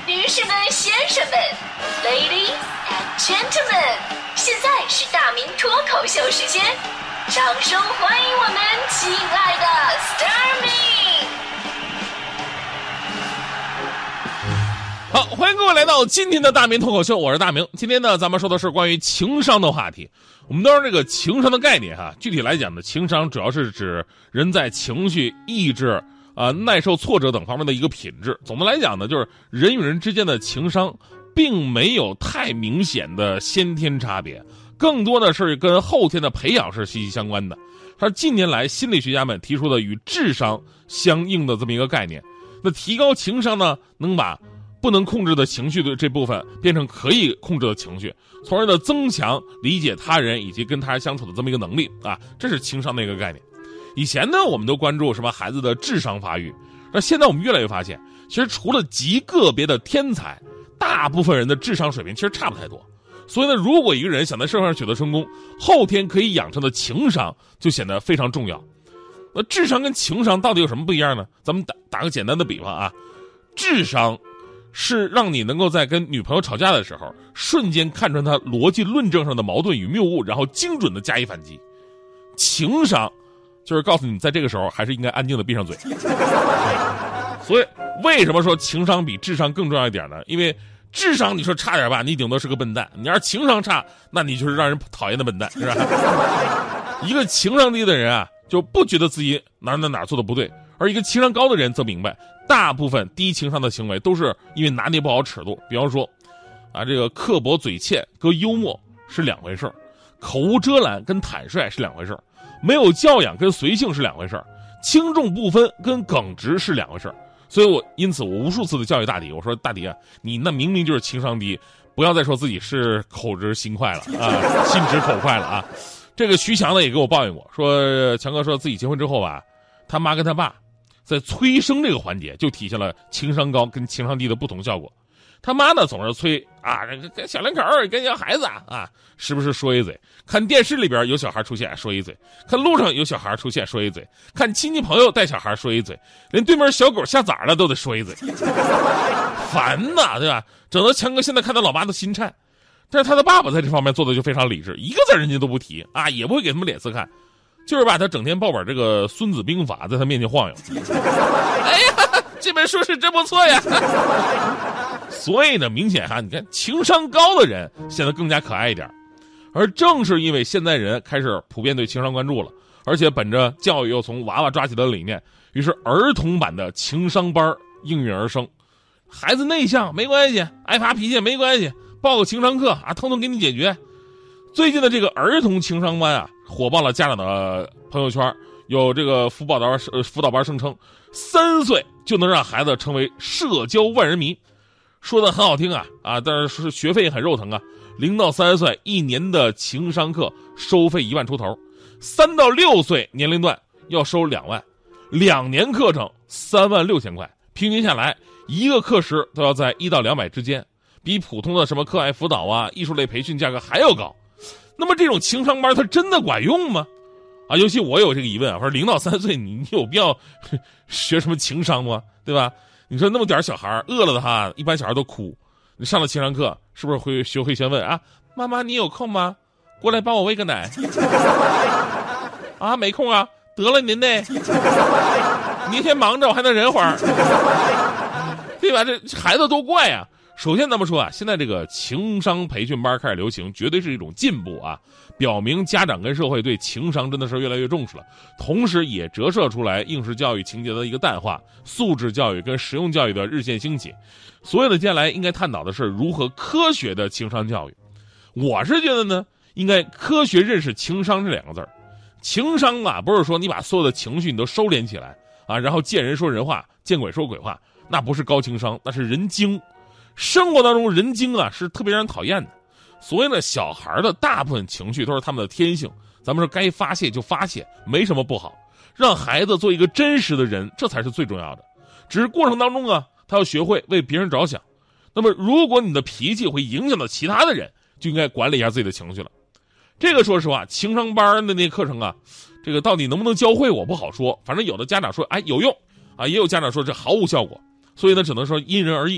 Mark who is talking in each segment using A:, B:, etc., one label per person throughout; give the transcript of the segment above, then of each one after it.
A: 女士们、先生们 ，Ladies and Gentlemen， 现在是大明脱口秀时间，掌声欢迎我们亲爱的 Starmin。
B: 好，欢迎各位来到今天的大明脱口秀，我是大明。今天呢，咱们说的是关于情商的话题。我们都知道这个情商的概念哈，具体来讲呢，情商主要是指人在情绪、意志、耐受挫折等方面的一个品质。总的来讲呢，就是人与人之间的情商并没有太明显的先天差别，更多的是跟后天的培养是息息相关的。它是近年来心理学家们提出的与智商相应的这么一个概念。那提高情商呢，能把不能控制的情绪的这部分变成可以控制的情绪，从而呢增强理解他人以及跟他人相处的这么一个能力啊，这是情商的一个概念。以前呢，我们都关注什么孩子的智商发育，那现在我们越来越发现，其实除了极个别的天才，大部分人的智商水平其实差不太多。所以呢，如果一个人想在社会上取得成功，后天可以养成的情商就显得非常重要。那智商跟情商到底有什么不一样呢？咱们打个简单的比方啊，智商是让你能够在跟女朋友吵架的时候，瞬间看穿她逻辑论证上的矛盾与谬误，然后精准的加以反击。情商就是告诉你，在这个时候还是应该安静的闭上嘴。所以为什么说情商比智商更重要一点呢？因为智商你说差点吧，你顶多是个笨蛋；你要是情商差，那你就是让人讨厌的笨蛋，是吧？一个情商低的人啊，就不觉得自己哪做的不对，而一个情商高的人则明白，大部分低情商的行为都是因为拿捏不好尺度。比方说啊，这个刻薄嘴欠跟幽默是两回事，口无遮拦跟坦率是两回事，没有教养跟随性是两回事，轻重不分跟耿直是两回事。所以因此我无数次的教育大迪，我说大迪啊，你那明明就是情商低，不要再说自己是口直心快了啊，心直口快了啊。这个徐强呢也给我抱怨过，说强哥说自己结婚之后吧，他妈跟他爸在催生这个环节就体现了情商高跟情商低的不同效果。他妈呢总是催啊，跟小两口跟小孩子啊，时不时说一嘴，看电视里边有小孩出现说一嘴，看路上有小孩出现说一嘴，看亲戚朋友带小孩说一嘴，连对面小狗下崽了都得说一嘴，烦呐，对吧？整得强哥现在看到老妈都心颤。但是他的爸爸在这方面做的就非常理智，一个字人家都不提啊，也不会给他们脸色看，就是把他整天抱本这个《孙子兵法》在他面前晃悠。哎呀，这本书是真不错呀。所以呢，明显哈，你看情商高的人显得更加可爱一点，而正是因为现在人开始普遍对情商关注了，而且本着教育又从娃娃抓起的理念，于是儿童版的情商班应运而生。孩子内向没关系，爱发脾气没关系，报个情商课啊，统统给你解决。最近的这个儿童情商班啊，火爆了家长的朋友圈，有这个辅导班声称，3岁就能让孩子成为社交万人迷，说的很好听啊，但是学费也很肉疼啊。0到30岁1年的情商课收费1万出头，3到6岁年龄段要收2万，2年课程3万6千块，平均下来一个课时都要在1到200之间，比普通的什么课外辅导啊、艺术类培训价格还要高。那么这种情商班它真的管用吗？啊，尤其我有这个疑问啊，说0到3岁你有必要学什么情商吗？对吧？你说那么点小孩饿了的话，一般小孩都哭，你上了情商课是不是会学会先问啊，妈妈你有空吗？过来帮我喂个奶。啊，没空啊，得了您呢，你先忙着，我还能忍会儿。对吧？这孩子多怪啊。首先咱们说啊，现在这个情商培训班开始流行，绝对是一种进步啊，表明家长跟社会对情商真的是越来越重视了，同时也折射出来应试教育情节的一个淡化，素质教育跟实用教育的日渐兴起。所以呢，接下来应该探讨的是如何科学的情商教育。我是觉得呢，应该科学认识情商这2个字儿。情商啊，不是说你把所有的情绪你都收敛起来啊，然后见人说人话，见鬼说鬼话，那不是高情商，那是人精。生活当中人精啊是特别让人讨厌的，所以呢，小孩的大部分情绪都是他们的天性，咱们说该发泄就发泄，没什么不好。让孩子做一个真实的人，这才是最重要的。只是过程当中啊，他要学会为别人着想。那么，如果你的脾气会影响到其他的人，就应该管理一下自己的情绪了。这个说实话，情商班的那课程啊，这个到底能不能教会我不好说。反正有的家长说，哎，有用啊，也有家长说这毫无效果。所以呢，只能说因人而异。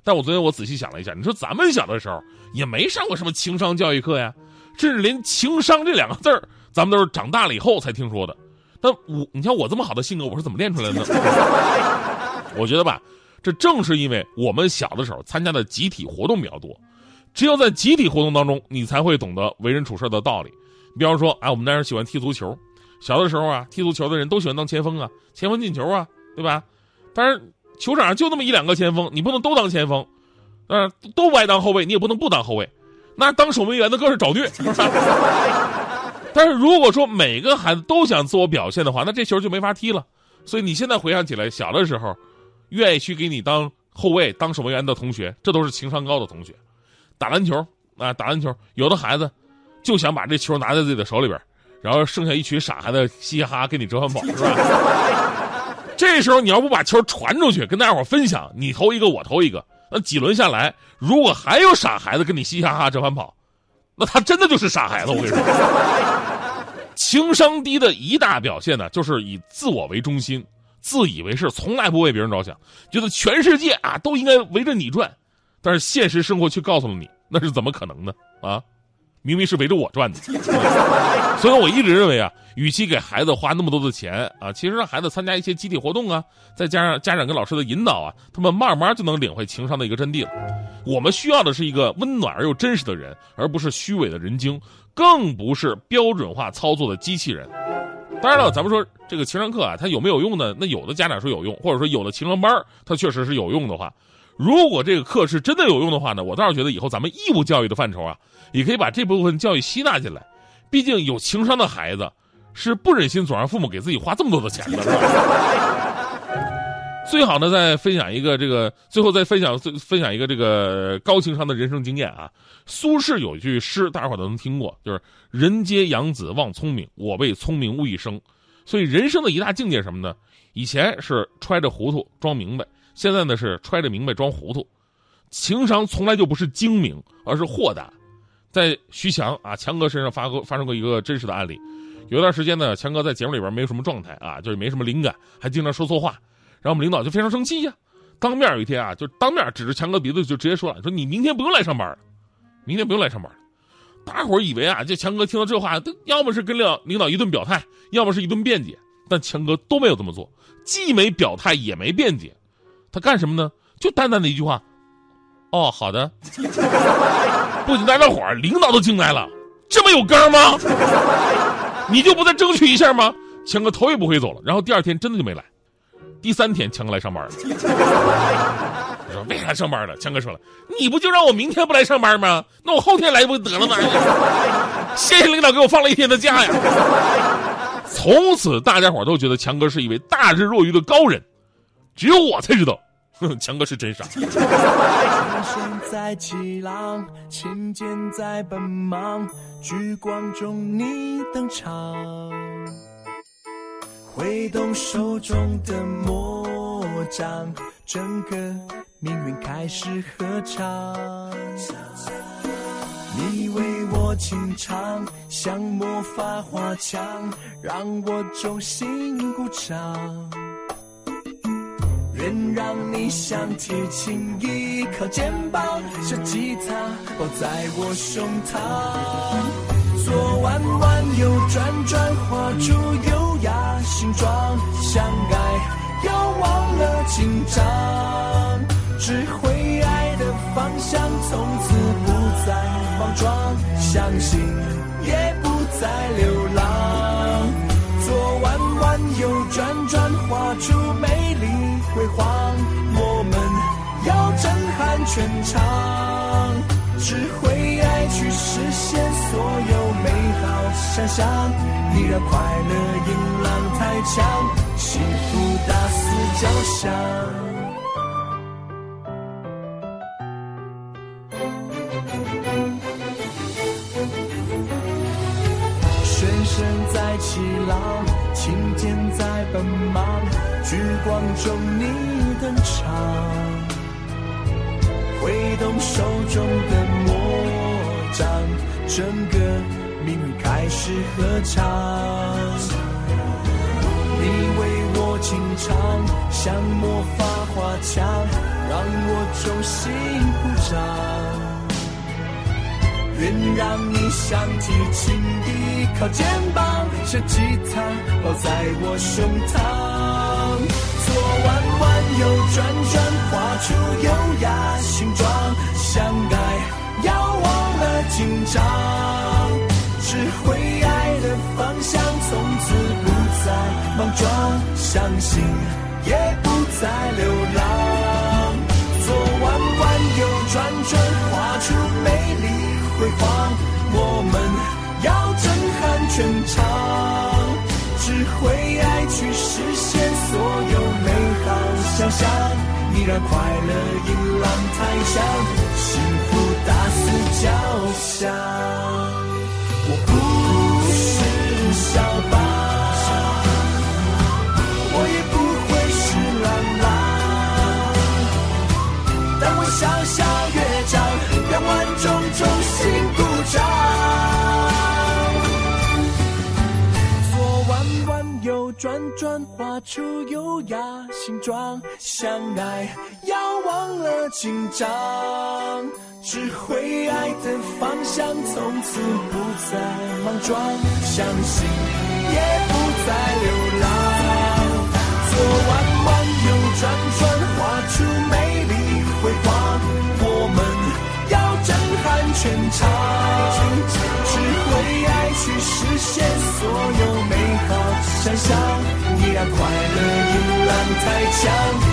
B: 但我昨天我仔细想了一下，你说咱们小的时候也没上过什么情商教育课呀，甚至连情商这2个字儿，咱们都是长大了以后才听说的。但你像我这么好的性格，我是怎么练出来的呢？我觉得吧，这正是因为我们小的时候参加的集体活动比较多，只有在集体活动当中，你才会懂得为人处事的道理。比方说，我们那人喜欢踢足球，小的时候啊，踢足球的人都喜欢当前锋啊，前锋进球啊，对吧？但是球场上就那么1-2个前锋，你不能都当前锋，都不爱当后卫，你也不能不当后卫，那当守门员的更是找虐。但是如果说每个孩子都想自我表现的话，那这球就没法踢了。所以你现在回想起来，小的时候愿意去给你当后卫、当守门员的同学，这都是情商高的同学。打篮球，有的孩子就想把这球拿在自己的手里边，然后剩下一群傻孩子嘻嘻哈哈给你折返跑，是吧？这时候你要不把球传出去，跟大家伙分享，你投一个我投一个，那几轮下来，如果还有傻孩子跟你嘻嘻哈哈折返跑，那他真的就是傻孩子。我跟你说，情商低的一大表现呢，就是以自我为中心，自以为是，从来不为别人着想，觉得全世界都应该围着你转。但是现实生活却告诉了你，那是怎么可能呢？明明是围着我转的。所以我一直认为与其给孩子花那么多的钱其实让孩子参加一些集体活动再加上家长跟老师的引导他们慢慢就能领会情商的一个真谛了。我们需要的是一个温暖而又真实的人，而不是虚伪的人精，更不是标准化操作的机器人。当然了，咱们说这个情商课它有没有用呢？那有的家长说有用，或者说有的情商班它确实是有用的话，如果这个课是真的有用的话呢，我倒是觉得以后咱们义务教育的范畴也可以把这部分教育吸纳进来。毕竟有情商的孩子是不忍心总让父母给自己花这么多的钱的，是吧？最好呢，再分享一个最后再分享一个这个高情商的人生经验苏轼有一句诗，大家伙都能听过，就是“人皆养子望聪明，我为聪明误一生”。所以人生的一大境界是什么呢？以前是揣着糊涂装明白，现在呢是揣着明白装糊涂。情商从来就不是精明，而是豁达。在徐强强哥身上发生过一个真实的案例。有一段时间呢，强哥在节目里边没有什么状态就是没什么灵感，还经常说错话，然后我们领导就非常生气当面有一天就当面指着强哥鼻子就直接说了，说你明天不用来上班了，明天不用来上班了。大家伙以为这强哥听到这话，要么是跟领导一顿表态，要么是一顿辩解，但强哥都没有这么做，既没表态也没辩解，他干什么呢？就淡淡的一句话，哦，好的。不仅大家伙儿，领导都惊呆了，这么有刚吗？你就不再争取一下吗？强哥头也不回走了，然后第2天真的就没来。第3天强哥来上班了。我说为啥上班了？强哥说了，你不就让我明天不来上班吗？那我后天来不得了吗？谢谢领导给我放了1天的假呀。从此大家伙都觉得强哥是一位大智若愚的高人，只有我才知道强哥是真傻。
C: 琴弦在起浪，琴键在奔忙，聚光中你登场，挥动手中的魔杖，整个命运开始合唱。你为我轻唱，像魔法花枪，让我衷心鼓掌。愿让你像提琴依靠肩膀，像吉他抱在我胸膛，左弯弯右转转，画出优雅形状，相爱要忘了紧张，只会爱的方向，从此不再莽撞，相信也不再流浪，左弯弯右转转，画出美丽辉煌，我们要震撼全场，只会爱去实现所有美好想象，你让快乐音浪太强，幸福大肆交响。水声在起浪，琴键在奔忙，聚光中你登场，挥动手中的魔杖，整个命运开始合唱。你为我情长，像魔法花枪，让我衷心鼓掌。愿让你像提琴依靠肩膀，像吉他抱在我胸膛，左弯弯右转转，画出优雅形状，相爱要忘了紧张，只会爱的方向，从此不再莽撞，相信也不再流浪，左弯弯右转转，画出美丽辉煌，我们要震撼全场，只会爱去实现所有美好想象，你让快乐音浪太强，幸福大肆交响。我不是小巴，我也不会是浪浪，但我小小乐章，让万众衷心鼓掌。左弯弯右转转，画出优雅形状，相爱要忘了紧张，只会爱的方向，从此不再莽撞，相信也不再流浪，左弯弯右转转，画出美丽辉煌，我们要震撼全场，只会爱去实现所有美好想象，你让快乐音浪太强，